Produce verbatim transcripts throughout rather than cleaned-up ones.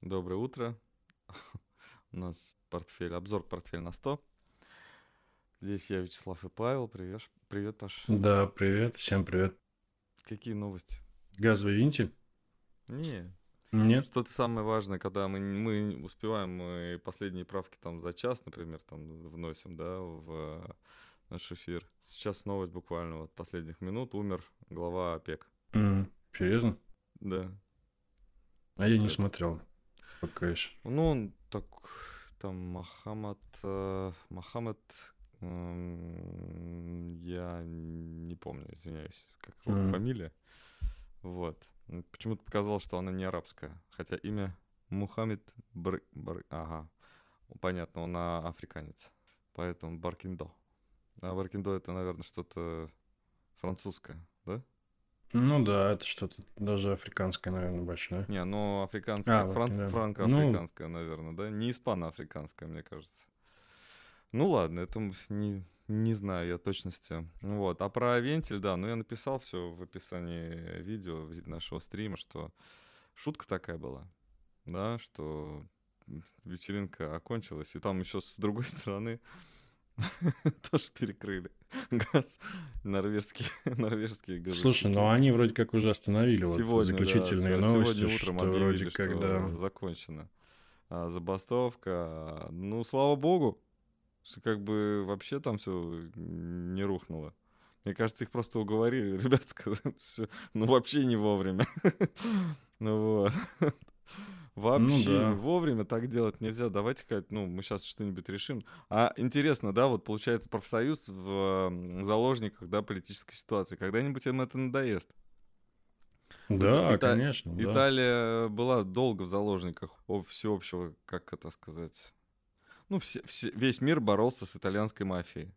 Доброе утро. У нас портфель, обзор портфель на сто. Здесь я, Вячеслав и Павел. Привет, привет, Паш. Да, привет, всем привет. Какие новости? Газовый винтик? Не, Нет. что-то самое важное, когда мы, мы успеваем, мы последние правки там за час, например, там вносим, да, в наш эфир. Сейчас новость буквально вот последних минут. Умер глава ОПЕК. М, серьезно? Да. А я не Поэт- смотрел пока еще. Ну, он так, там, Мохаммад, э, Мохаммед, м, я не помню, извиняюсь, как его М, фамилия. Вот. М, Почему-то показалось, что она не арабская. Хотя имя Мухаммед Бар... Бар- Ага. Ну, понятно, он а, африканец. Поэтому Баркиндо. А Баркиндо это, наверное, что-то французское, да? Ну да, это что-то даже африканское, наверное, больше, да? Не, ну африканское, А, вот, франц... да. Ну, франко-африканское, наверное, да? Не испано-африканское, мне кажется. Ну ладно, это м- не, не знаю я точности. Вот. А про вентиль, да, ну я написал все в описании видео ви- нашего стрима, что шутка такая была, да, что вечеринка окончилась, и там еще с другой стороны тоже перекрыли газ, норвежские, норвежские слушай, ну газовщики. они вроде как уже остановили вот Сегодня, да, заключительные все, новости, сегодня утром что объявили, вроде как, да. что закончена а, забастовка. Ну, слава богу, что как бы вообще там все не рухнуло. Мне кажется, их просто уговорили. Ребят сказали, всё, ну вообще не вовремя. Ну вот. Ну Вообще не да. вовремя так делать нельзя. Давайте как, ну, мы сейчас что-нибудь решим. А интересно, да, вот получается профсоюз в м, заложниках, да, политической ситуации. Когда-нибудь им это надоест. Вот Да, Ита- конечно, да. Италия была долго в заложниках об- всеобщего, как это сказать, ну, все, все- весь мир боролся с итальянской мафией.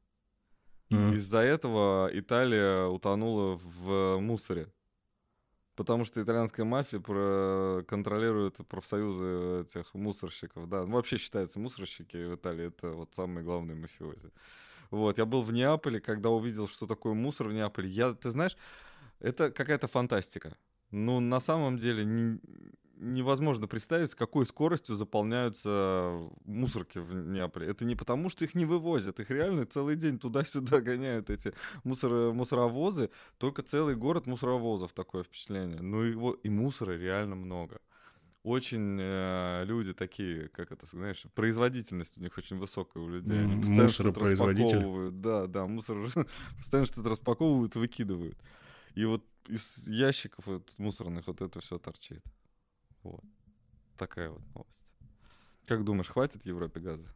М, Из-за этого Италия утонула в мусоре. Потому что итальянская мафия про- контролирует профсоюзы этих мусорщиков. Да, ну, вообще считается, мусорщики в Италии это вот самые главные мафиози. Вот, я был в Неаполе, когда увидел, что такое мусор в Неаполе. Я, ты знаешь, это какая-то фантастика. Ну, на самом деле, не- невозможно представить, с какой скоростью заполняются мусорки в Неаполе. Это не потому, что их не вывозят. Их реально целый день туда-сюда гоняют эти мусор, мусоровозы. Только целый город мусоровозов, такое впечатление. Ну, его, и мусора реально много. Очень э, люди такие, как это, знаешь, производительность у них очень высокая у людей. Они м, постоянно что-то Мусоропроизводитель. распаковывают. Да, да, мусор постоянно что-то распаковывают, выкидывают. И вот из ящиков вот мусорных вот это все торчит. Вот. Такая вот новость. Как думаешь, хватит Европе газа?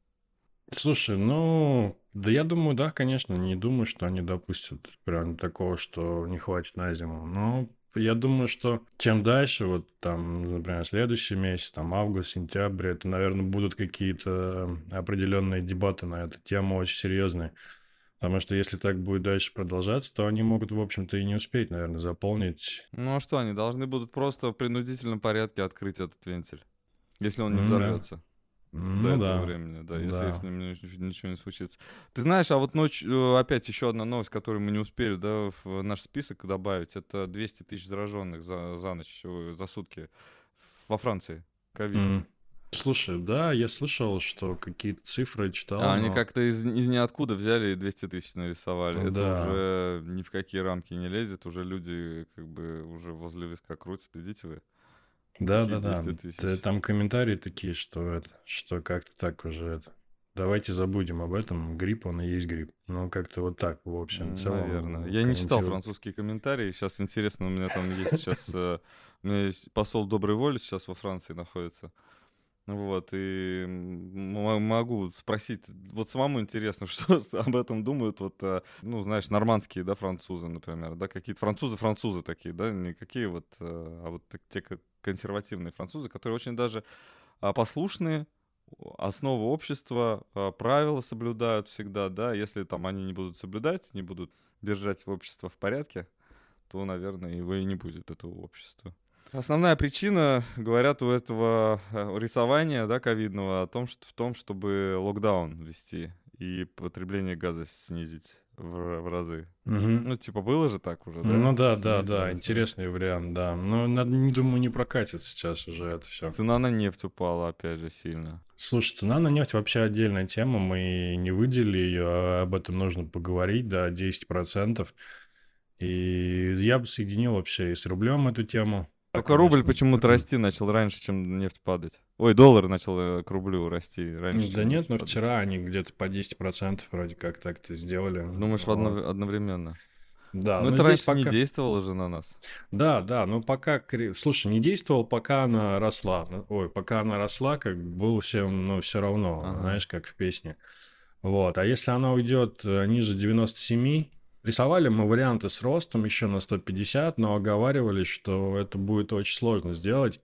Слушай, ну, да я думаю, да, конечно, не думаю, что они допустят прям такого, что не хватит на зиму. Но я думаю, что чем дальше, вот там, например, следующий месяц, там август, сентябрь, это, наверное, будут какие-то определенные дебаты на эту тему очень серьезные. Потому что если так будет дальше продолжаться, то они могут, в общем-то, и не успеть, наверное, заполнить. Ну а что, они должны будут просто в принудительном порядке открыть этот вентиль, если он не М, да. взорвется до Ну этого да, времени, да, если с да. ним ничего, ничего не случится. Ты знаешь, а вот ночь, э, опять еще одна новость, которую мы не успели, да, в наш список добавить, это двести тысяч зараженных за, за ночь, э, за сутки во Франции, ковид. М. Слушай, да, я слышал, что какие-то цифры А читал, они но как-то из, из ниоткуда взяли и двести тысяч нарисовали. Это да. уже ни в какие рамки не лезет, уже люди как бы уже возле виска крутят. Идите вы. Какие Да-да-да. двести Т- тысяч? Там комментарии такие, что это, что как-то так уже это. Давайте забудем об этом. Грипп, он и есть грипп. Ну, как-то вот так, в общем, в Наверное. целом Я не читал комментируют. французские комментарии. Сейчас интересно, у меня там есть сейчас... э, У меня есть посол доброй воли сейчас во Франции находится. Вот, и м- м- могу спросить, вот самому интересно, что с- об этом думают, вот, э, ну, знаешь, нормандские, да, французы, например, да, какие-то французы-французы такие, да, не какие вот, э, а вот так- те ко- консервативные французы, которые очень даже а, послушные, о- основы общества, а, правила соблюдают всегда, да, если там они не будут соблюдать, не будут держать общество в порядке, то, наверное, его и не будет, этого общества. Основная причина, говорят, у этого э, рисования, да, ковидного, о том, что, в том, чтобы локдаун ввести и потребление газа снизить. в, в разы. Мгм. Ну, типа, было же так уже, да? Ну да, да, да, Снизилось, да. интересный вариант, да. Но, надо- не думаю, не прокатит сейчас уже это все. Цена на нефть упала, опять же, сильно. Слушай, цена на нефть вообще отдельная тема, мы не выделили ее, а об этом нужно поговорить, да, десять процентов. И я бы соединил вообще и с рублем эту тему. Да, Только рубль конечно. почему-то расти начал раньше, чем нефть падать. Ой, доллар начал э, к рублю расти раньше, Да чем нет, нефть но падать. вчера они где-то по десять процентов вроде как так-то сделали. Думаешь, в Вот. одно- одновременно? Да, Ну, но это здесь раньше не пока... действовало же на нас. Да, да, но пока... кре- Слушай, не действовал, пока она росла. Ну, ой, пока она росла, как бы было всем, ну, все равно, Ага. знаешь, как в песне. Вот, а если она уйдет э, ниже девяносто семь, рисовали мы варианты с ростом еще на сто пятьдесят, но оговаривались, что это будет очень сложно сделать.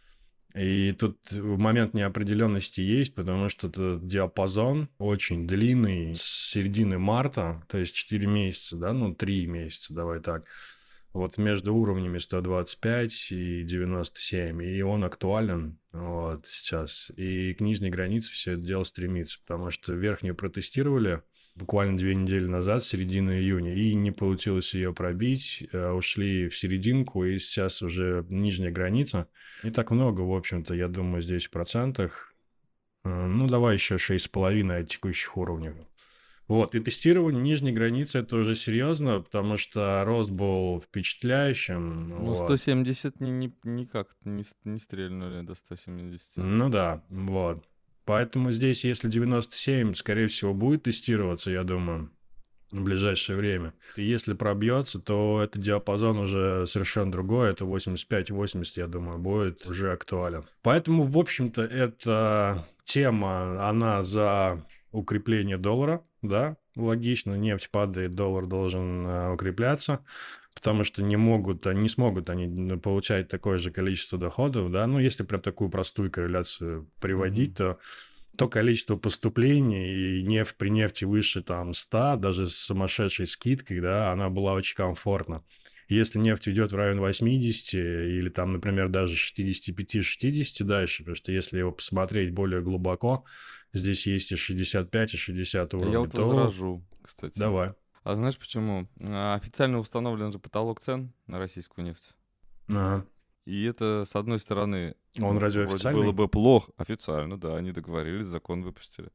И тут момент неопределенности есть, потому что этот диапазон очень длинный с середины марта, то есть четыре месяца, да, ну три месяца, давай так. Вот между уровнями сто двадцать пять и девяносто семь, и он актуален вот сейчас. И к нижней границе все это дело стремится, потому что верхнюю протестировали буквально две недели назад, с середины июня, и не получилось ее пробить, э, ушли в серединку, и сейчас уже нижняя граница. Не так много, в общем-то, я думаю, здесь в процентах. Э, Ну, давай еще шесть с половиной от текущих уровней. Вот, и тестирование нижней границы это уже серьезно, потому что рост был впечатляющим. Ну, Вот. сто семьдесят ни, ни- никак не, с- не стрельнули до ста семидесяти. Ну да, вот. Поэтому здесь, если девяносто семь, скорее всего, будет тестироваться, я думаю, в ближайшее время. И если пробьется, то этот диапазон уже совершенно другой. Это восемьдесят пять восемьдесят, я думаю, будет уже актуален. Поэтому, в общем-то, эта тема, она за укрепление доллара, да, логично, нефть падает, доллар должен э, укрепляться, потому что не могут, они не смогут они получать такое же количество доходов, да, ну, если прям такую простую корреляцию приводить, Мгм. то то количество поступлений, и нефть при нефти выше там ста, даже с сумасшедшей скидкой, да, она была очень комфортна. Если нефть идет в район восьмидесяти или там, например, даже шестьдесят пять шестьдесят дальше, потому что если его посмотреть более глубоко, здесь есть и шестьдесят пять, и шестьдесят А уровней, я вот то возражу, кстати. давай. А знаешь почему? А, Официально установлен же потолок цен на российскую нефть. Ага. И это, с одной стороны, Он ну, разве вроде официальный? было бы плохо. Официально, да, они договорились, закон выпустили.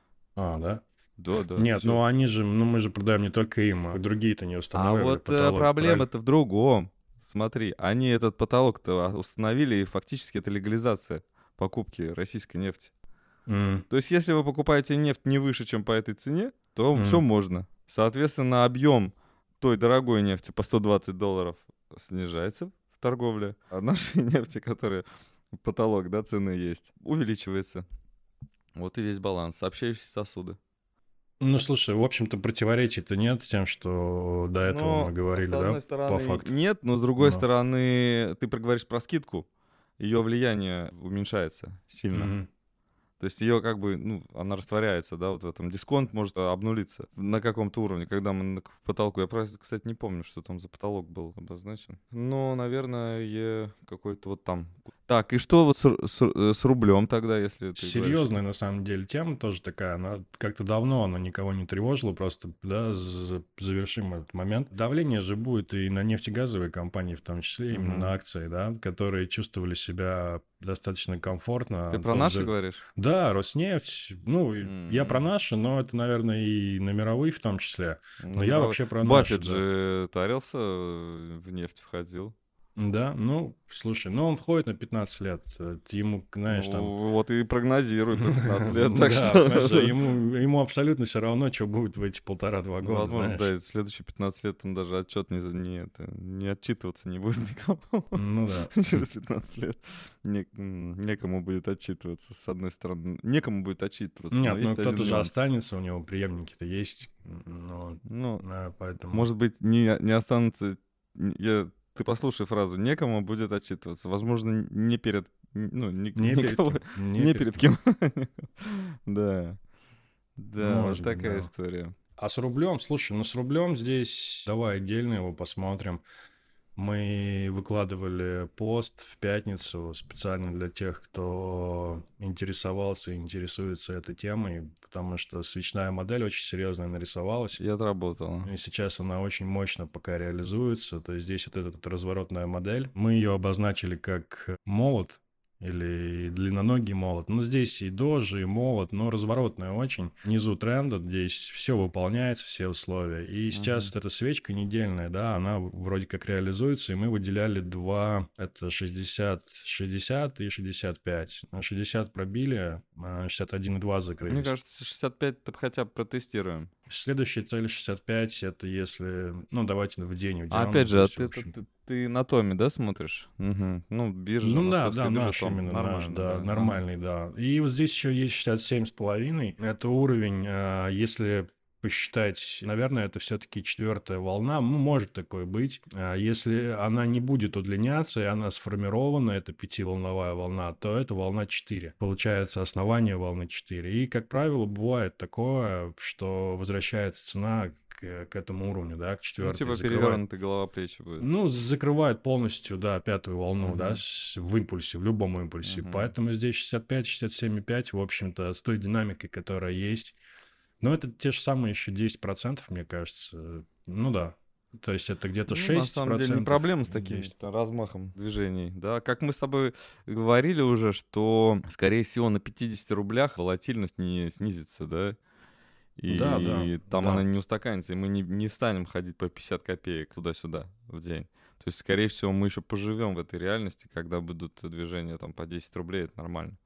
А, да? Да, да, Нет, все. ну они же, ну мы же продаем не только им, а другие-то не А устанавливали вот э, потолок, правильно? проблема-то в другом. Смотри, они этот потолок-то установили, и фактически это легализация покупки российской нефти. М, То есть, если вы покупаете нефть не выше, чем по этой цене, то м. все можно. Соответственно, объем той дорогой нефти по сто двадцать долларов снижается в торговле, а нашей нефти, которая потолок, да, цены есть, увеличивается. Вот и весь баланс. Сообщающиеся сосуды. Ну, слушай, в общем-то, противоречий-то нет с тем, что до этого мы Но, говорили, с да, одной по стороны, факту. нет, но с другой Ну. стороны, ты проговоришь про скидку, ее влияние уменьшается сильно. Мгм. То есть ее как бы, ну, она растворяется, да, вот в этом. Дисконт может обнулиться на каком-то уровне, когда мы на к потолку. Я просто, кстати, не помню, что там за потолок был обозначен. Но, наверное, какой-то вот там. Так, и что вот с, ру- с ру- э, с рублем тогда, если ты говоришь? Серьезная, на самом деле, тема тоже такая. Она как-то давно она никого не тревожила, просто, да, за- завершим этот момент. Давление же будет и на нефтегазовые компании, в том числе, именно Мгм. на акции, да, которые чувствовали себя достаточно комфортно. Ты про Тот наши же- говоришь? Да, Роснефть. Ну, и я про М, наши, но это, наверное, и на мировые в том числе. Ну, Но я мировой. вообще про наши, Баффет да. же тарился, э, в нефть входил. Да, ну, слушай, ну он входит на пятнадцать лет. э, Ему, знаешь, там... Ну, вот и прогнозируй по пятнадцать лет, так Да, что... понимаешь, да, ему, ему абсолютно все равно, что будет в эти полтора-два Ну, года, возможно, знаешь. да, и следующие пятнадцать лет он даже отчет не, за- не, это, не отчитываться не будет никому. Ну да. Через пятнадцать лет не- м, некому будет отчитываться, с одной стороны. Некому будет отчитываться, но Нет, ну есть один кто-то же нюанс. останется, у него преемники-то есть. Ну, Ну, да, поэтому... может быть, не, не останутся... н- Я, ты послушай фразу. Некому будет отчитываться. Возможно, не перед... Ну, ни- Не перед никого... кем. Не перед кем. Да. Да, вот Может быть, такая да. история. А с рублем, слушай, ну с рублем здесь давай отдельно его посмотрим. Мы выкладывали пост в пятницу специально для тех, кто интересовался и интересуется этой темой, потому что свечная модель очень серьезно нарисовалась. И отработала. И сейчас она очень мощно пока реализуется. То есть здесь вот эта вот разворотная модель. Мы ее обозначили как молот или длинноногий молот. Ну, здесь и дожи, и молот, но разворотная очень. Внизу тренда, здесь все выполняется, все условия. И сейчас Мгм. вот эта свечка недельная, да, она вроде как реализуется, и мы выделяли два, это шестьдесят, шестьдесят и шестьдесят пять. На шестьдесят пробили, а шестьдесят один и два Мне закрылись. кажется, шестьдесят пять -то хотя бы протестируем. Следующая цель шестьдесят пять, это если, ну, давайте в день, в А день, опять то же, а есть, в ты, ты, общем. ты, ты на Томе, да, смотришь? Мгм. Ну, биржа, Ну да, московская да, биржа наш Том. именно, наш, Нормально, да, да. Ага. нормальный, да. И вот здесь еще есть шестьдесят семь с половиной. Это уровень, а, если посчитать, наверное, это все-таки четвертая волна, ну, может такое быть. А Если она не будет удлиняться, и она сформирована, это пятиволновая волна, то это волна четыре. Получается основание волны четыре. И, как правило, бывает такое, что возвращается цена к, к этому уровню, да, к Ну, четвертой, типа закрывает. перевернутая голова плечи будет. Ну, закрывает полностью, да, пятую волну, да, Мгм. с- в импульсе, в любом импульсе. Мгм. Поэтому здесь шестьдесят пять, шестьдесят семь и пять, в общем-то, с той динамикой, которая есть. Но это те же самые еще десять процентов, мне кажется. Ну да. То есть это где-то Ну, на шесть самом деле, не процентов, проблема с таким десять. размахом движений, да. Как мы с тобой говорили уже, что, скорее всего, на пятидесяти рублях волатильность не снизится, да, Да, да, и там она да. не устаканится, и мы не, не станем ходить по пятьдесят копеек туда-сюда в день. То есть, скорее всего, мы еще поживем в этой реальности, когда будут движения там по десять рублей, это нормально.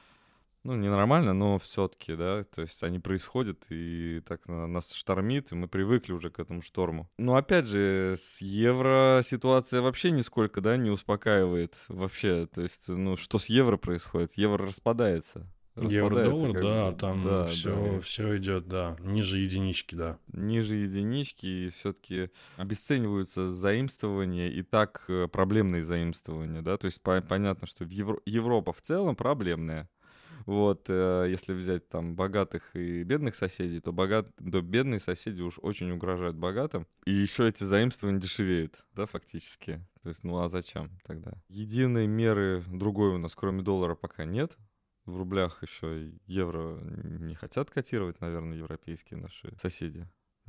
Ну, не нормально, но все-таки, да, то есть они происходят, и так на- нас штормит, и мы привыкли уже к этому шторму. Но опять же, с евро ситуация вообще нисколько, да, не успокаивает вообще. То есть, ну, что с евро происходит? Евро распадается. Распадается Евро-доллар, как да, бы, там да, все, да. все идет, да, ниже единички, да. Ниже единички, и все-таки обесцениваются заимствования, и так э, проблемные заимствования, да, то есть по- понятно, что в Евро- Европа в целом проблемная. Вот, э, если взять там богатых и бедных соседей, то, богат... то бедные соседи уж очень угрожают богатым. И еще эти заимствования дешевеют, да, фактически. То есть, ну а зачем тогда? Единой меры другой у нас, кроме доллара, пока нет. В рублях еще и евро не хотят котировать, наверное, европейские наши соседи.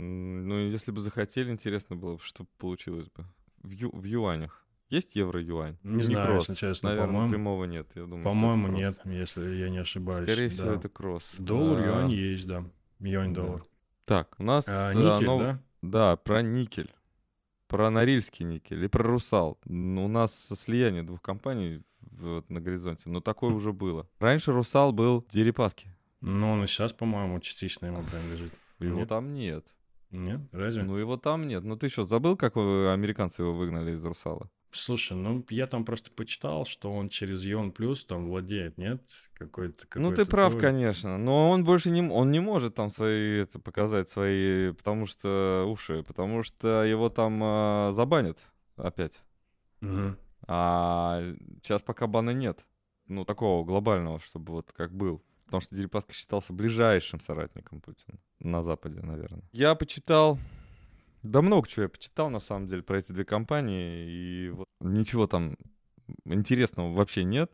М, Ну, и если бы захотели, интересно было бы, что получилось бы. В, ю- в юанях. Есть евро-юань? Не Или знаю, если кросс? честно, Наверное, по-моему, прямого нет. Я думаю, что это по-моему, кросс. нет, если я не ошибаюсь, Скорее всего, да. это кросс. Доллар, юань А, есть, да, юань-доллар. да. Так, у нас, А, а, никель, нов- да? да, про никель, про Норильский никель и про Русал. Н- У нас слияние двух компаний вот на горизонте, но такое уже было. Раньше Русал был в Дерипаске. Ну, он и сейчас, по-моему, частично ему принадлежит. Его Нет? там нет. Нет? Разве? Ну, его там нет. Ну, ты что, забыл, как э, американцы его выгнали из Русала? Слушай, ну, я там просто почитал, что он через Йон Плюс там владеет, нет? Какой-то, Ну, какой-то ты прав, той- конечно, но он больше не, м- он не может там свои, это показать свои, потому что уши, потому что его там а, забанят опять. Мгм. А сейчас пока бана нет, ну, такого глобального, чтобы вот как был. Потому что Дерипаска считался ближайшим соратником Путина на Западе, наверное. Я почитал, да много чего я почитал, на самом деле, про эти две компании, и вот ничего там интересного вообще нет.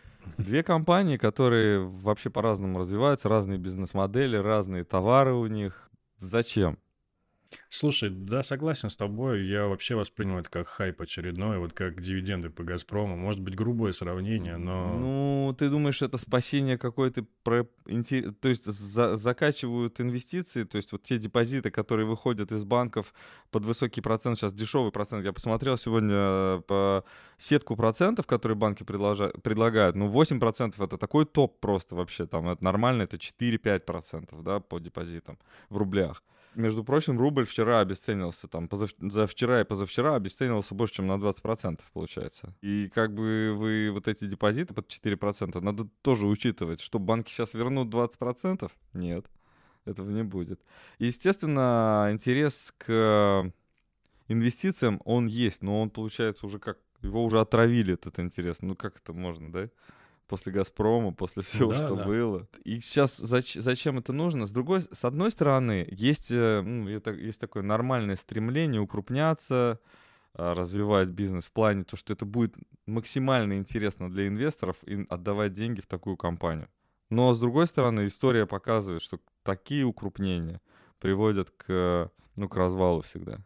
Две компании, которые вообще по-разному развиваются, разные бизнес-модели, разные товары у них. Зачем? Слушай, да, согласен с тобой. Я вообще воспринял это как хайп очередной, вот как дивиденды по «Газпрому». Может быть, грубое сравнение, но... Ну, ты думаешь, это спасение какой-то... Про... инте- То есть за- закачивают инвестиции, то есть вот те депозиты, которые выходят из банков под высокий процент, сейчас дешевый процент. Я посмотрел сегодня э, по сетку процентов, которые банки предложа- предлагают. Ну, восемь процентов это такой топ просто вообще. Там это нормально, это четыре-пять процентов, да, по депозитам в рублях. Между прочим, рубль вчера обесценился, там, позав... за вчера и позавчера обесценился больше, чем на двадцать процентов, получается. И как бы вы вот эти депозиты под четыре процента надо тоже учитывать, что банки сейчас вернут двадцать процентов? Нет, этого не будет. Естественно, интерес к инвестициям, он есть, но он, получается, уже как... Его уже отравили, этот интерес. Ну, как это можно, да? После «Газпрома», после всего, Да, что да. было. И сейчас зач- зачем это нужно? С другой, с одной стороны, есть, э, ну, это- есть такое нормальное стремление укрупняться, а, развивать бизнес в плане то, что это будет максимально интересно для инвесторов и отдавать деньги в такую компанию. Но, с другой стороны, история показывает, что такие укрупнения приводят к, ну, к развалу всегда.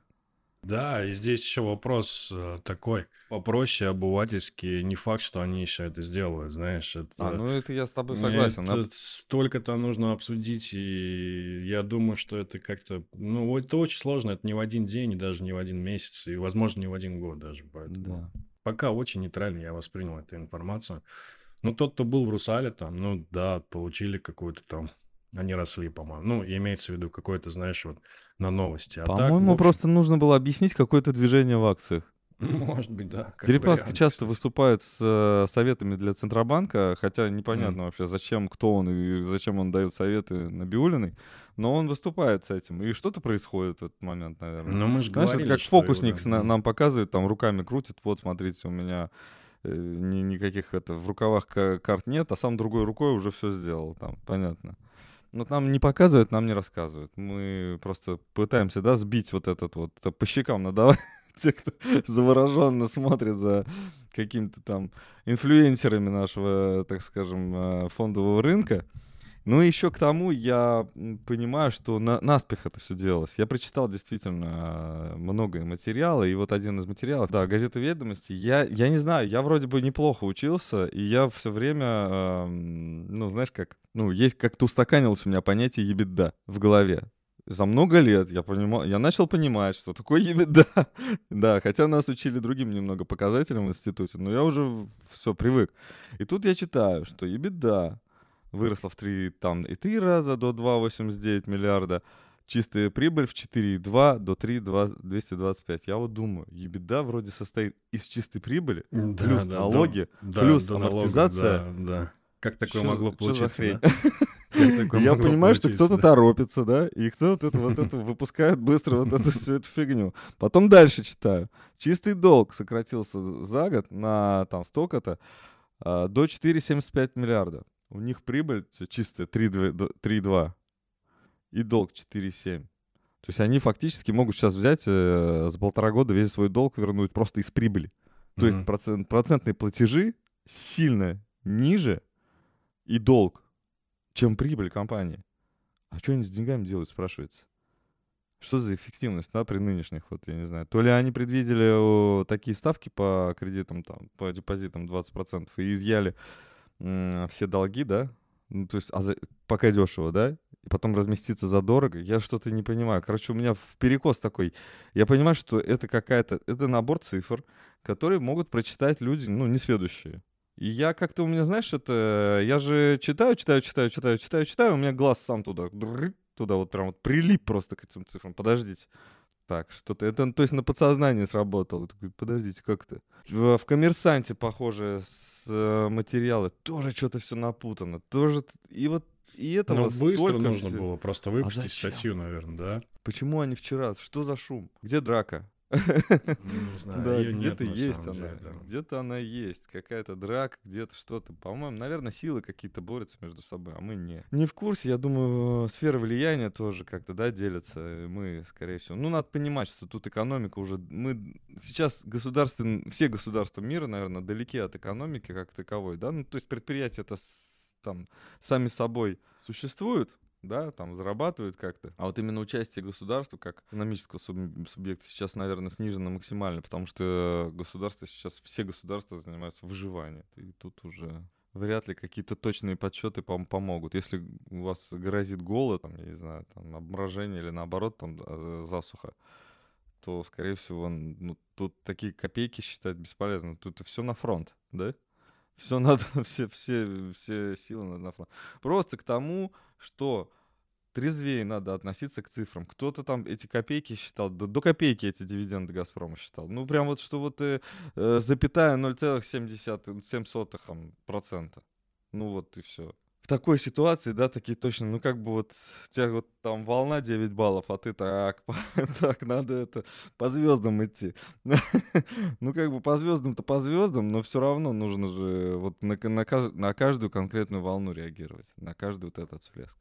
Да, и здесь еще вопрос э, такой попроще, обывательский. Не факт, что они еще это сделают, знаешь. А, Это, ну это я с тобой согласен. это Нап- столько-то нужно обсудить, и я думаю, что это как-то... Ну, вот это очень сложно, это не в один день, и даже не в один месяц, и, возможно, не в один год даже. Поэтому Да. пока очень нейтрально я воспринял эту информацию. Ну, тот, кто был в Русале, там, ну, да, получили какую-то там... Они росли, по-моему. Ну, имеется в виду какой-то, знаешь, вот на новости. А так, в По-моему, общем, просто нужно было объяснить какое-то движение в акциях. может быть, да, как Дерипаска вариант, часто кстати. выступает с э, советами для Центробанка, хотя М. непонятно вообще, зачем, кто он и зачем он дает советы Набиуллиной, но он выступает с этим, и что-то происходит в этот момент, наверное. Ну, мы же Знаешь, это говорили, как что его, да. фокусник с- на- М. нам показывает, там руками крутит, вот, смотрите, у меня э, ни- никаких это, в рукавах ка- карт нет, а сам другой рукой уже все сделал, там, понятно. Но нам не показывают, нам не рассказывают. Мы просто пытаемся, да, сбить вот этот вот, э, по щекам надавать те, кто завороженно смотрит за какими-то там инфлюенсерами нашего, так скажем, э, фондового рынка. Ну и еще к тому я м, понимаю, что на, наспех это все делалось. Я прочитал действительно э, много материала, и вот один из материалов, да, газета «Ведомости». Я, я не знаю, я вроде бы неплохо учился, и я все время, эм, ну, знаешь как, ну, есть как-то устаканилось у меня понятие «ебеда» в голове. За много лет я понимал, я начал понимать, что такое ебеда. Да, хотя нас учили другим немного показателям в институте, но я уже все привык. И тут я читаю, что ебеда выросла в три, там, и три раза до два целых восемьдесят девять миллиарда. Чистая прибыль в четыре целых два до три целых двести двадцать пять. Я вот думаю, ебеда вроде состоит из чистой прибыли, Да, плюс да, до, налоги, да, плюс до налогов, амортизация. да, да. Как такое Что, могло что за получиться, хрень? да? Как И такое я могло понимаю, что получиться, кто-то да? торопится, да, и кто-то это, вот это выпускает быстро вот эту всю эту фигню. Потом дальше читаю. Чистый долг сократился за год на там столько-то а, до четыре целых семьдесят пять миллиарда. У них прибыль чистая три целых два и долг четыре целых семь. То есть они фактически могут сейчас взять э, за полтора года весь свой долг вернуть просто из прибыли. То есть Мгм. процент, процентные платежи сильно ниже и долг, чем прибыль компании. А что они с деньгами делают, спрашивается? Что за эффективность, да, при нынешних, вот, я не знаю. То ли они предвидели о, такие ставки по кредитам, там, по депозитам двадцать процентов и изъяли м, все долги, да, ну, то есть, а за- пока дешево, да, и потом разместиться задорого, я что-то не понимаю. Короче, у меня в перекос такой. Я понимаю, что это какая-то, это набор цифр, которые могут прочитать люди, ну, несведущие. И я как-то, у меня, знаешь, это, я же читаю, читаю, читаю, читаю, читаю, читаю, у меня глаз сам туда, дрррр, туда вот прям вот прилип просто к этим цифрам. Подождите. Так, что-то, это, то есть на подсознание сработало. Такой, подождите, как это? В, в «Коммерсанте» похожие с, э, материалы, тоже что-то все напутано. Тоже, т- и вот и Ну, этого быстро столько нужно всего. было просто А выпустить зачем? статью, наверное, да? Почему они вчера? Что за шум? Где драка? Не знаю, Да, ее где-то нет на есть самом она. деле, да. Где-то она есть. Какая-то драка, где-то что-то. По-моему, наверное, силы какие-то борются между собой, а мы не. Не в курсе, я думаю, сфера влияния тоже как-то, да, делятся. И мы, скорее всего. Ну, надо понимать, что тут экономика уже. Мы сейчас государствен... все государства мира, наверное, далеки от экономики как таковой, да. Ну, то есть предприятия-то с- там сами собой существуют, да, там зарабатывают как-то. А вот именно участие государства как экономического суб- субъекта сейчас, наверное, снижено максимально, потому что государство сейчас, все государства занимаются выживанием. И тут уже вряд ли какие-то точные подсчеты пом- помогут. Если у вас грозит голод, там, я не знаю, там, обморожение или наоборот, там, э, засуха, то, скорее всего, ну, тут такие копейки считать бесполезно. Тут все на фронт, да? Все надо, все, все, все силы надо на фронт. Просто к тому, что трезвее надо относиться к цифрам. Кто-то там эти копейки считал, до, до копейки эти дивиденды «Газпрома» считал. Ну, прям вот, что вот э, э, запятая ноль целых семь десятых процента. Ну, вот и все. В такой ситуации, да, такие точно, ну, как бы вот у тебя вот там волна девять баллов, а ты так, так, надо это по звездам идти. Ну, как бы по звездам-то по звездам, но все равно нужно же вот на, на, каж- на каждую конкретную волну реагировать, на каждый вот этот всплеск.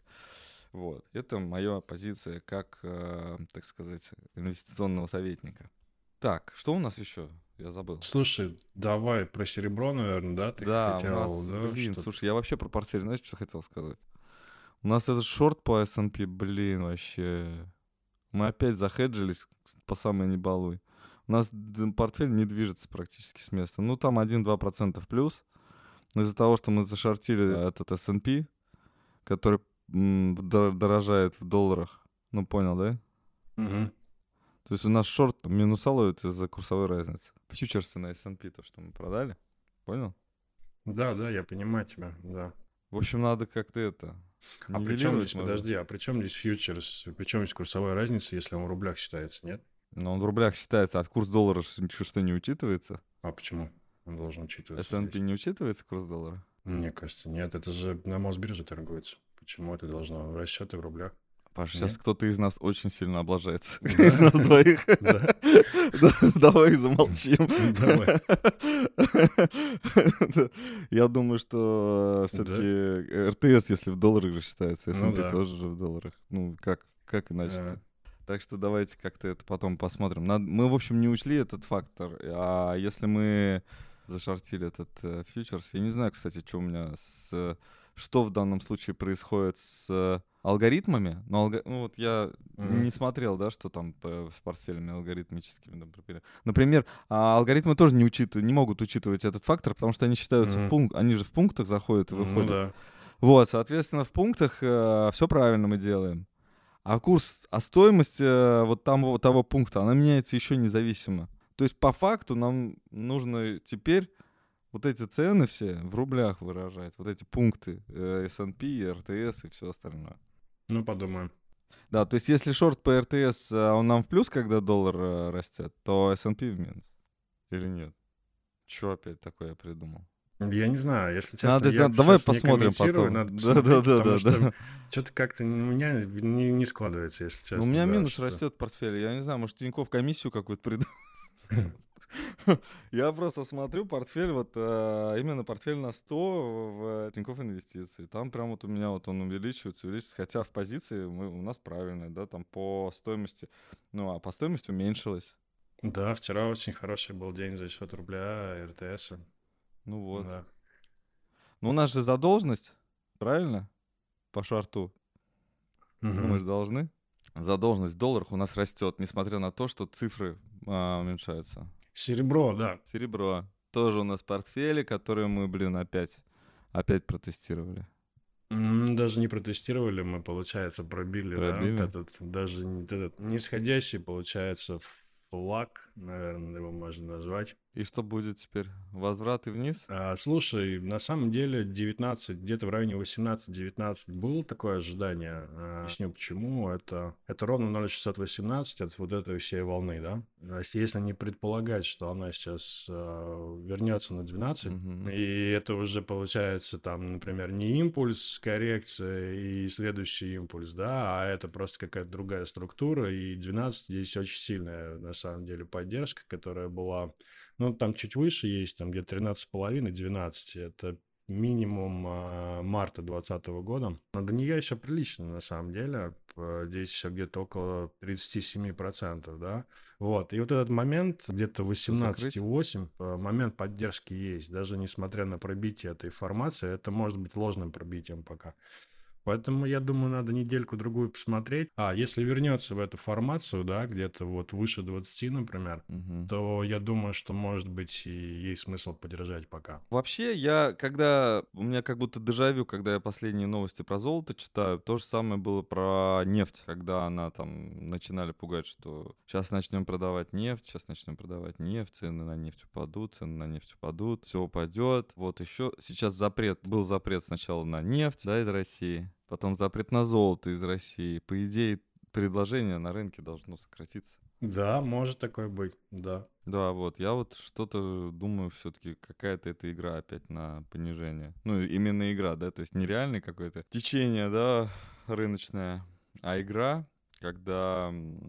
Вот. Это моя позиция как, э, так сказать, инвестиционного советника. Так, что у нас еще? Я забыл. Слушай, давай про серебро, наверное, да? Ты Да, у хотел, нас, да, блин, что-то? слушай, я вообще про портфель, знаешь, что хотел сказать? У нас этот шорт по эс энд пи, блин, вообще... Мы опять захеджились по самой не балуй. У нас д- портфель не движется практически с места. Ну, там один-два процента в плюс. Но из-за того, что мы зашортили этот эс энд пи, который м, дор- дорожает в долларах. Ну, понял, да? Мгм. То есть у нас шорт минуса ловит из-за курсовой разницы. Фьючерсы на эс энд пи, то, что мы продали. Понял? Да, да, я понимаю тебя, да. В общем, надо как-то это... А при чем здесь, Нивелировать, может быть. подожди, а при чем здесь фьючерс, при чем здесь курсовая разница, если он в рублях считается, нет? Но он в рублях считается, а курс доллара ш- что не учитывается? А почему он должен учитываться эс энд пи здесь? не учитывается курс доллара? Мне кажется, нет, это же на Мосбирже торгуется. Почему это должно в расчеты в рублях? Паш, сейчас Нет? кто-то из нас очень сильно облажается. Да? Из нас двоих. Да? Да, давай замолчим. Давай. Да. Я думаю, что все-таки эр тэ эс, если в долларах же считается, Ну эс энд пи да. тоже же в долларах. Ну, как, как Э, иначе-то? Так что давайте как-то это потом посмотрим. Надо- мы, в общем, не учли этот фактор. А если мы зашортили этот э, фьючерс, я не знаю, кстати, что у меня с... э, что в данном случае происходит с э, алгоритмами. Но алго- ну, вот я Мгм. не смотрел, да, что там по- с портфелями алгоритмическими. Например, например а алгоритмы тоже не, учитывают, не могут учитывать этот фактор, потому что они считаются в Мгм. пункт, они же в пунктах заходят и Ну выходят. да. Вот, соответственно, в пунктах все правильно мы делаем. А курс, а стоимость э, вот там вот того пункта, она меняется еще независимо. То есть по факту нам нужно теперь вот эти цены все в рублях выражать, вот эти пункты э, эс энд пи, эр тэ эс и все остальное. Ну, подумаем. Да, то есть если шорт по эр тэ эс, а он нам в плюс, когда доллар э, растет, то эс энд пи в минус. Или нет? Че опять такое я придумал? Я не знаю, если честно, Надо, я надо- давай сейчас не посмотрим комментирую, потом. надо Да, да, посмотреть, да, потому да, что да. что-то как-то у меня не, не складывается, если Ну, у честно, меня да, минус что-то. растет в портфеле. Я не знаю, может, Тинькофф комиссию какую-то придумал. Я просто смотрю портфель, вот э, именно портфель на сто в Тинькофф Инвестиции. Там прям вот у меня вот он увеличивается, увеличивается. Хотя в позиции мы, у нас правильная, да, там по стоимости. Ну, а по стоимости уменьшилось. Да, вчера очень хороший был день за счет рубля, эр тэ эс. Ну вот. Да. Ну, у нас же задолженность, правильно? По шарту. Ну, мы Мгм. же должны. Задолженность в долларах у нас растет, несмотря на то, что цифры а, уменьшаются. Серебро, да. Серебро. Тоже у нас портфели, которые мы, блин, опять, опять протестировали. М, Даже не протестировали, мы, получается, пробили, да, вот Пробили. этот, даже не- этот нисходящий, получается, флаг, наверное, его можно назвать. И что будет теперь? Возврат и вниз? А, слушай, на самом деле девятнадцать, где-то в районе восемнадцать-девятнадцать было такое ожидание. А, Объясню почему. Это, это ровно ноль шестьсот восемнадцать от вот этой всей волны, да. То есть если не предполагать, что она сейчас а, вернется на двенадцать, Мгм. и это уже получается там, например, не импульс, коррекция и следующий импульс, да, а это просто какая-то другая структура, и двенадцать здесь очень сильная, на самом деле, поддержка, которая была, ну, там чуть выше есть, там где-то тринадцать с половиной, двенадцать, это минимум а, марта двадцатого года. Но до нее еще прилично, на самом деле. П- Здесь еще где-то около тридцать семь процентов, да. Вот. И вот этот момент, где-то восемнадцать целых восемь десятых, э, момент поддержки есть. Даже несмотря на пробитие этой формации, это может быть ложным пробитием пока. Поэтому, я думаю, надо недельку-другую посмотреть. А если вернется в эту формацию, да, где-то вот выше двадцати, например, Мгм. то я думаю, что, может быть, и есть смысл подержать пока. Вообще, я, когда... У меня как будто дежавю, когда я последние новости про золото читаю. То же самое было про нефть, когда она там начинали пугать, что сейчас начнем продавать нефть, сейчас начнем продавать нефть, цены на нефть упадут, цены на нефть упадут, все упадет. Вот еще сейчас запрет, был запрет сначала на нефть, да, из России, потом запрет на золото из России. По идее, предложение на рынке должно сократиться. Да, может такое быть, да. Да, вот, я вот что-то думаю, все-таки какая-то эта игра опять на понижение. Ну, именно игра, да, то есть не реальное какое-то течение, да, рыночное, а игра, когда,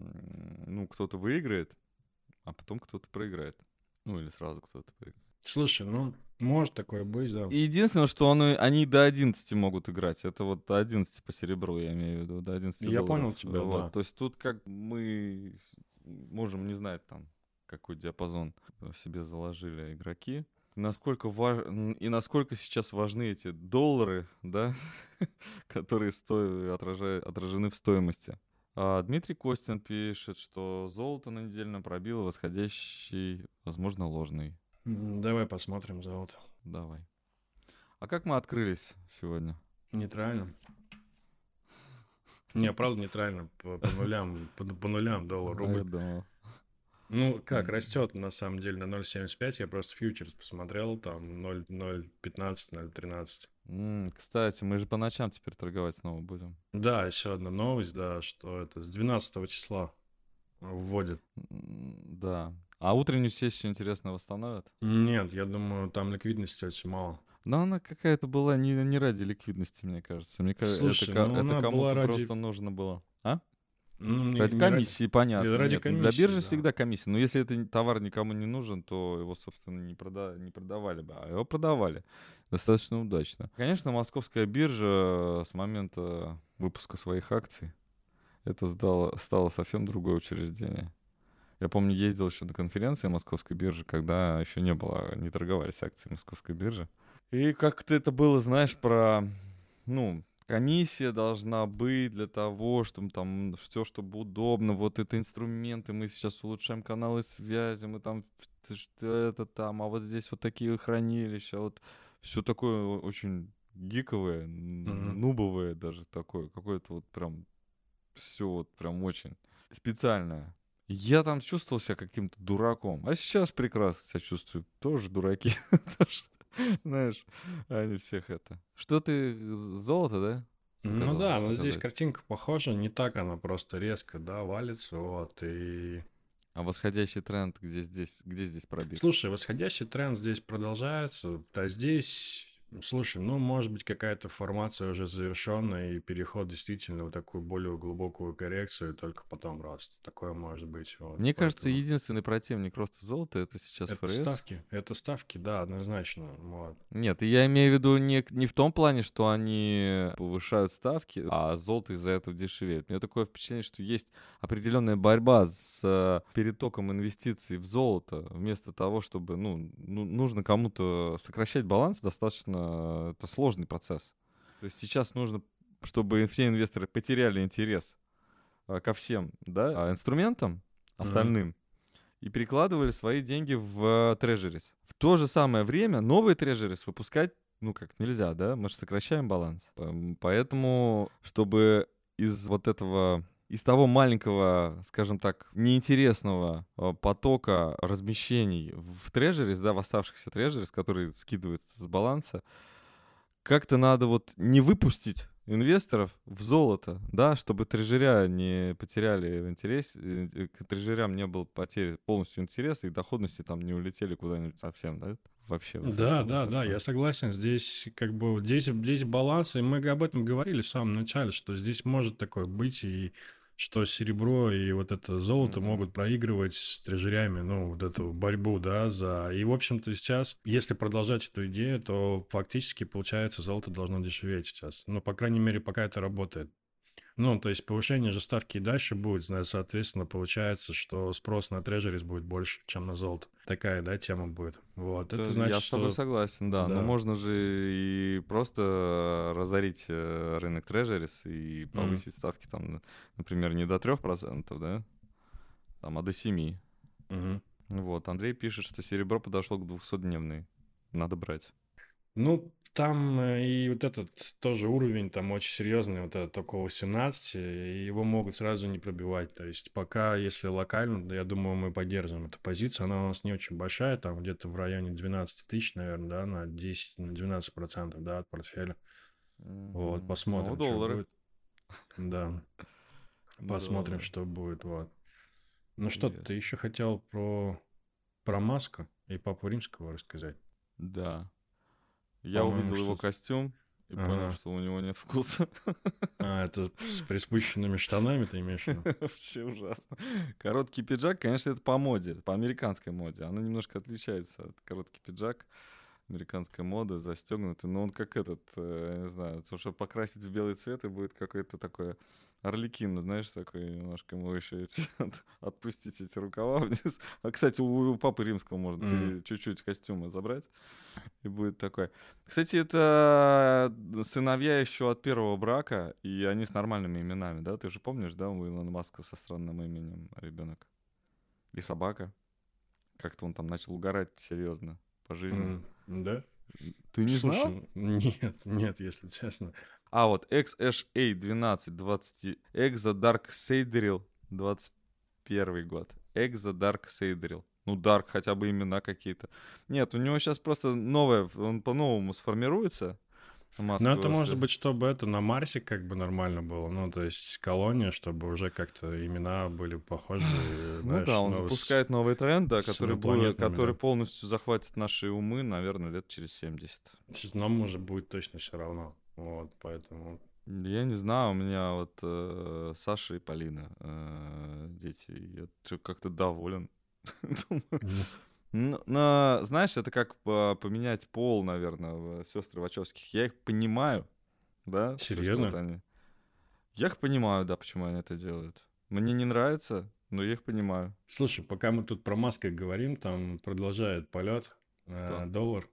м, ну, кто-то выиграет, а потом кто-то проиграет. Ну, или сразу кто-то проиграет. Слушай, ну, может такое быть, да. И единственное, что они, они до одиннадцати могут играть. Это вот до одиннадцати по серебру, я имею в виду, до одиннадцати Я долларов. понял тебя, Вот, да. то есть тут как мы можем не знать там, какой диапазон себе заложили игроки. Насколько важ... И насколько сейчас важны эти доллары, да, которые сто... отражают... отражены в стоимости. А Дмитрий Костин пишет, что золото на недельном пробило восходящий, возможно, ложный. Давай посмотрим золото. Давай. А как мы открылись сегодня? Нейтрально. Не, правда нейтрально. По, по нулям, по, по нулям доллар, рубль. Я думал. Ну, как, растет на самом деле на ноль семьдесят пять. Я просто фьючерс посмотрел, там ноль пятнадцать, ноль тринадцать. М, Кстати, мы же по ночам теперь торговать снова будем. Да, еще одна новость, да, что это с двенадцатого числа вводят. М, Да. А утреннюю сессию, интересно, восстановят? Нет, я думаю, там ликвидности очень мало. Но она какая-то была не, не ради ликвидности, мне кажется. Мне кажется, это, Слушай, ка- ну это она кому-то была ради... просто нужно было. А? Ну, не, Ради не ради... комиссии, понятно. ради Нет, ну, для комиссии, биржи да. всегда комиссия. Но если этот товар никому не нужен, то его, собственно, не, прода- не продавали бы. А его продавали достаточно удачно. Конечно, московская биржа с момента выпуска своих акций, это стало, стало совсем другое учреждение. Я помню, ездил еще на конференции московской биржи, когда еще не было, не торговались акции московской биржи. И как-то это было, знаешь, про, ну, комиссия должна быть для того, чтобы там все, чтобы удобно, вот это инструменты, мы сейчас улучшаем каналы связи, мы там что это там, а вот здесь вот такие хранилища, вот все такое очень гиковое, Мгм. нубовое даже такое, какое-то вот прям все вот прям очень специальное. Я там чувствовал себя каким-то дураком. А сейчас прекрасно себя чувствую. Тоже дураки. Тоже, знаешь, они всех это. Что ты, з- золото, да? Ну Показал, да, но здесь показать. картинка похожа, не так она просто резко, да, валится, вот, и... А восходящий тренд, где здесь, где здесь пробит? Слушай, восходящий тренд здесь продолжается, а здесь, слушай, ну, может быть, какая-то формация уже завершенная, и переход действительно в такую более глубокую коррекцию, и только потом рост. Такое может быть, вот, Мне кажется, поэтому... единственный противник роста золота это сейчас Это ФРС. ставки, это ставки, да, однозначно, вот. Нет, и я имею в виду не, не в том плане, что они повышают ставки, а золото из-за этого дешевеет. У меня такое впечатление, что есть определенная борьба с э, перетоком инвестиций в золото, вместо того, чтобы, ну, ну, нужно кому-то сокращать баланс, достаточно, это сложный процесс. То есть сейчас нужно, чтобы все инвесторы потеряли интерес э, ко всем, да, а, инструментам Мгм. остальным, и перекладывали свои деньги в трежерис. В то же самое время новые трежерис выпускать, ну, как нельзя, да? Мы же сокращаем баланс. Пом- Поэтому, чтобы из вот этого, из того маленького, скажем так, неинтересного э, потока размещений в трежерис, да, в оставшихся трежерис, которые скидываются с баланса, как-то надо вот не выпустить инвесторов в золото, да, чтобы трежеря не потеряли интерес, э, э, к трежерям не был потери полностью интереса и доходности там не улетели куда-нибудь совсем, да, вообще. Да, совсем да, уж да, я это. согласен. Здесь как бы вот здесь, здесь баланс, и мы об этом говорили в самом начале, что здесь может такое быть, и что серебро и вот это золото Мгм. могут проигрывать с трежерями, ну, вот эту борьбу, да, за... И, в общем-то, сейчас, если продолжать эту идею, то фактически, получается, золото должно дешеветь сейчас. Ну, по крайней мере, пока это работает. Ну, то есть повышение же ставки и дальше будет, зна- соответственно, получается, что спрос на трежерис будет больше, чем на золото. Такая, да, тема будет. Вот, это Это значит, я с тобой что... согласен, да. Но Да. можно же и просто разорить э, рынок трежерис и М. повысить ставки там, например, не до трех процентов, да, там, а до семи. Мгм. Вот, Андрей пишет, что серебро подошло к двухсотдневной. Надо брать. Ну, там э, и вот этот тоже уровень там очень серьезный, вот этот около восемнадцати, и его могут сразу не пробивать. То есть пока, если локально, да, я думаю, мы поддержим эту позицию. Она у нас не очень большая, там где-то в районе двенадцать тысяч, наверное, да, на десять, на двенадцать процентов, да, от портфеля. Вот, Мгм. Ну, посмотрим, что доллары. будет. Да, посмотрим, Доллары. что будет, вот. Ну что, ты Интересно. еще хотел про, про Маска и Папу Римского рассказать? Да. Я По-моему, увидел его что-то... костюм и понял, Ага. что у него нет вкуса. А, это с приспущенными штанами ты имеешь в виду? Вообще ужасно. Короткий пиджак, конечно, это по моде, по американской моде. Оно немножко отличается от короткий пиджак. американская мода, застегнутый. Но он как этот, э, я не знаю, то, что покрасить в белый цвет, и будет какой-то такой арлекин, знаешь, такой немножко ему еще эти, от- отпустить эти рукава вниз. А, кстати, у, у Папы Римского можно М. пере- чуть-чуть костюмы забрать, и будет такой. Кстати, это сыновья еще от первого брака, и они с нормальными именами, да? Ты же помнишь, да, у Илона Маска со странным именем ребенок? И собака. Как-то он там начал угорать серьезно по жизни. М, Да? Ты не знал? Слушай, нет, нет, если честно. А вот X H A двенадцать двадцать Exo Dark Сейдрил двадцать первый год. Exo Dark Сейдрил. Ну, Dark хотя бы имена какие-то. Нет, у него сейчас просто новое, он по-новому сформируется. Ну, это Маска. может быть, чтобы это на Марсе как бы нормально было. Ну, то есть колония, чтобы уже как-то имена были похожи, Ну знаешь, да, он ну, с, запускает новый тренд, да, с который, будет, инопланетными, который да. полностью захватит наши умы, наверное, лет через семьдесят. Нам уже будет точно все равно. Вот, поэтому... Я не знаю, у меня вот э, Саша и Полина э, дети, и я чё- как-то доволен. Думаю, Ну, н- на- знаешь, это как по- поменять пол, наверное, сестры Вачовских. Я их понимаю, да, то есть вот серьезно? они. Я их понимаю, да, почему они это делают. Мне не нравится, но я их понимаю. Слушай, пока мы тут про Маска говорим, там продолжает полет Кто? э, доллар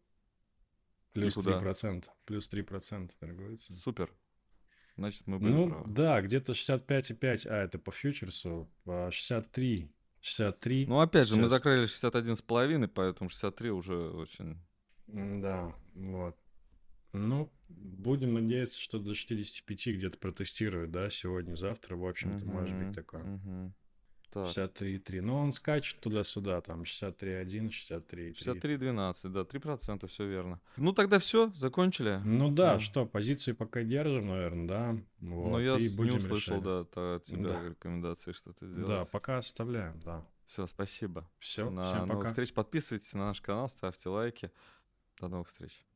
И плюс куда? три процента. Плюс три процента торгуется. Супер. Значит, мы были Ну, правы. да, где-то шестьдесят пять и пять, а это по фьючерсу, а шестьдесят три, шестьдесят три Ну, опять же, мы сейчас. закрыли шестьдесят один с половиной, поэтому шестьдесят три уже очень... Да, вот. Ну, будем надеяться, что до шестидесяти пяти где-то протестируют, да, сегодня-завтра, в общем-то, может быть Мгм, такое. мгм. Так. шестьдесят три и три. Но он скачет туда-сюда, там шестьдесят три и один, шестьдесят три и три. шестьдесят три двенадцать, да, три процента, все верно. Ну, тогда все, закончили. Ну да, Да. что, позиции пока держим, наверное, да. Но Вот, я и с- не будем услышал, решать. да, та- от тебя Да, рекомендации что-то да, сделать. пока оставляем, да. Все, спасибо. Все, На всем новых пока. встреч. Подписывайтесь на наш канал, ставьте лайки. До новых встреч.